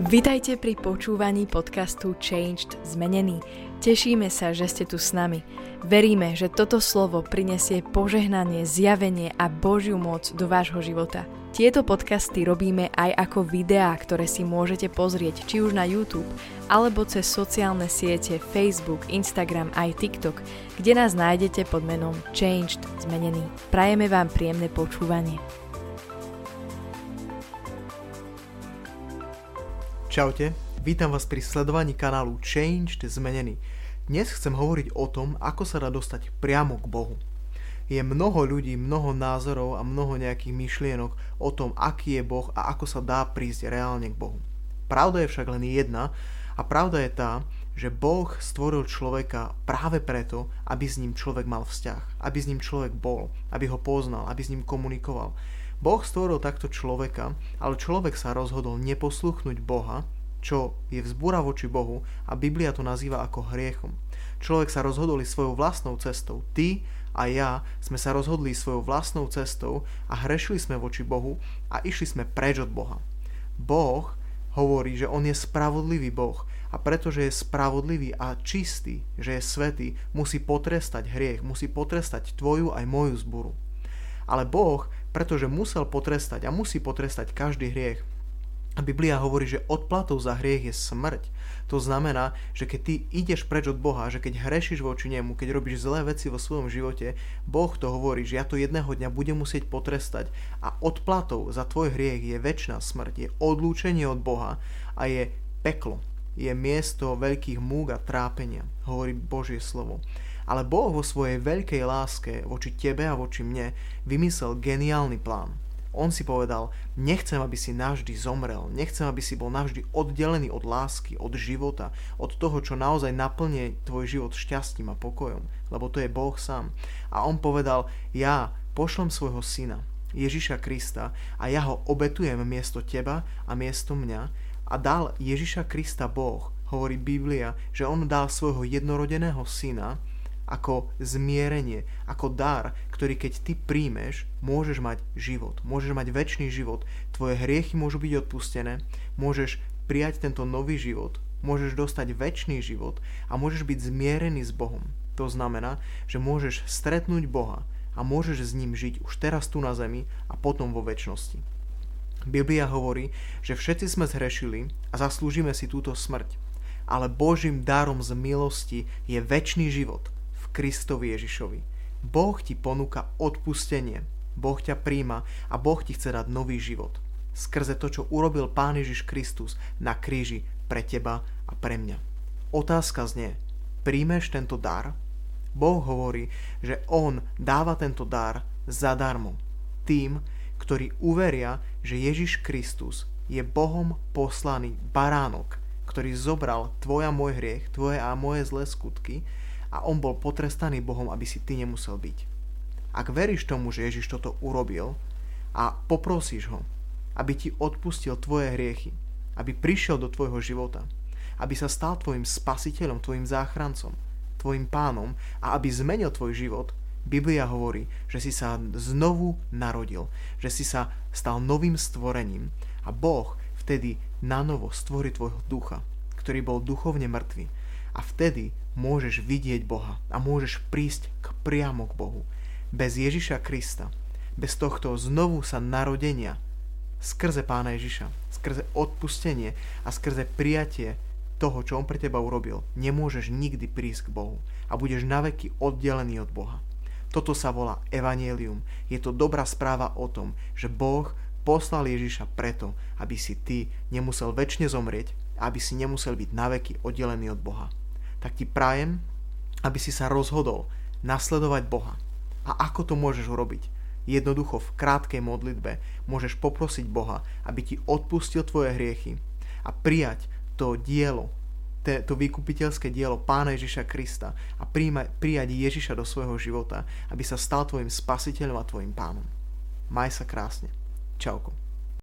Vitajte pri počúvaní podcastu Changed Zmenený. Tešíme sa, že ste tu s nami. Veríme, že toto slovo prinesie požehnanie, zjavenie a Božiu moc do vášho života. Tieto podcasty robíme aj ako videá, ktoré si môžete pozrieť či už na YouTube, alebo cez sociálne siete Facebook, Instagram aj TikTok, kde nás nájdete pod menom Changed Zmenený. Prajeme vám príjemné počúvanie. Čaute, vítam vás pri sledovaní kanálu Changed Zmenený. Dnes chcem hovoriť o tom, ako sa dá dostať priamo k Bohu. Je mnoho ľudí, mnoho názorov a mnoho nejakých myšlienok o tom, aký je Boh a ako sa dá prísť reálne k Bohu. Pravda je však len jedna a pravda je tá, že Boh stvoril človeka práve preto, aby s ním človek mal vzťah, aby s ním človek bol, aby ho poznal, aby s ním komunikoval. Boh stvoril takto človeka, ale človek sa rozhodol neposluchnúť Boha, čo je vzbúra voči Bohu a Biblia to nazýva ako hriechom. Človek sa rozhodol svojou vlastnou cestou. Ty a ja sme sa rozhodli svojou vlastnou cestou a hrešili sme voči Bohu a išli sme preč od Boha. Boh hovorí, že on je spravodlivý Boh a pretože je spravodlivý a čistý, že je svätý, musí potrestať hriech, musí potrestať tvoju aj moju zburu. Ale Boh, pretože musel potrestať a musí potrestať každý hriech, a Biblia hovorí, že odplatou za hriech je smrť. To znamená, že keď ty ideš preč od Boha, že keď hrešiš voči nemu, keď robíš zlé veci vo svojom živote, Boh to hovorí, že ja to jedného dňa budem musieť potrestať a odplatou za tvoj hriech je večná smrť, je odlúčenie od Boha a je peklo, je miesto veľkých múk a trápenia, hovorí Božie slovo. Ale Boh vo svojej veľkej láske voči tebe a voči mne vymyslel geniálny plán. On si povedal, nechcem, aby si navždy zomrel, nechcem, aby si bol navždy oddelený od lásky, od života, od toho, čo naozaj naplní tvoj život šťastím a pokojom, lebo to je Boh sám. A on povedal, ja pošlem svojho syna, Ježiša Krista, a ja ho obetujem miesto teba a miesto mňa a dal Ježiša Krista Boh, hovorí Biblia, že on dal svojho jednorodeného syna ako zmierenie, ako dar, ktorý keď ty príjmeš, môžeš mať život, môžeš mať večný život, tvoje hriechy môžu byť odpustené, môžeš prijať tento nový život, môžeš dostať večný život a môžeš byť zmierený s Bohom. To znamená, že môžeš stretnúť Boha a môžeš s ním žiť už teraz tu na zemi a potom vo večnosti. Biblia hovorí, že všetci sme zhrešili a zaslúžime si túto smrť, ale Božím darom z milosti je večný život Kristovi Ježišovi. Boh ti ponúka odpustenie, Boh ťa príjma a Boh ti chce dať nový život. Skrze to, čo urobil Pán Ježiš Kristus na kríži pre teba a pre mňa. Otázka znie, príjmeš tento dar? Boh hovorí, že on dáva tento dar zadarmo tým, ktorí uveria, že Ježiš Kristus je Bohom poslaný baránok, ktorý zobral tvoj a môj hriech, tvoje a moje zlé skutky a on bol potrestaný Bohom, aby si ty nemusel byť. Ak veríš tomu, že Ježiš toto urobil a poprosíš ho, aby ti odpustil tvoje hriechy, aby prišiel do tvojho života, aby sa stal tvojim spasiteľom, tvojim záchrancom, tvojim pánom a aby zmenil tvoj život, Biblia hovorí, že si sa znovu narodil, že si sa stal novým stvorením a Boh vtedy nanovo stvorí tvojho ducha, ktorý bol duchovne mŕtvy. A vtedy môžeš vidieť Boha a môžeš prísť priamo k Bohu. Bez Ježiša Krista, bez tohto znovu sa narodenia skrze Pána Ježiša, skrze odpustenie a skrze prijatie toho, čo on pre teba urobil, nemôžeš nikdy prísť k Bohu a budeš naveky oddelený od Boha. Toto sa volá evanjelium. Je to dobrá správa o tom, že Boh poslal Ježiša preto, aby si ty nemusel večne zomrieť a aby si nemusel byť naveky oddelený od Boha. Tak ti prajem, aby si sa rozhodol nasledovať Boha. A ako to môžeš urobiť? Jednoducho v krátkej modlitbe môžeš poprosiť Boha, aby ti odpustil tvoje hriechy a prijať to dielo, to vykupiteľské dielo Pána Ježiša Krista a prijať Ježiša do svojho života, aby sa stal tvojim spasiteľom a tvojim pánom. Maj sa krásne. Čauko.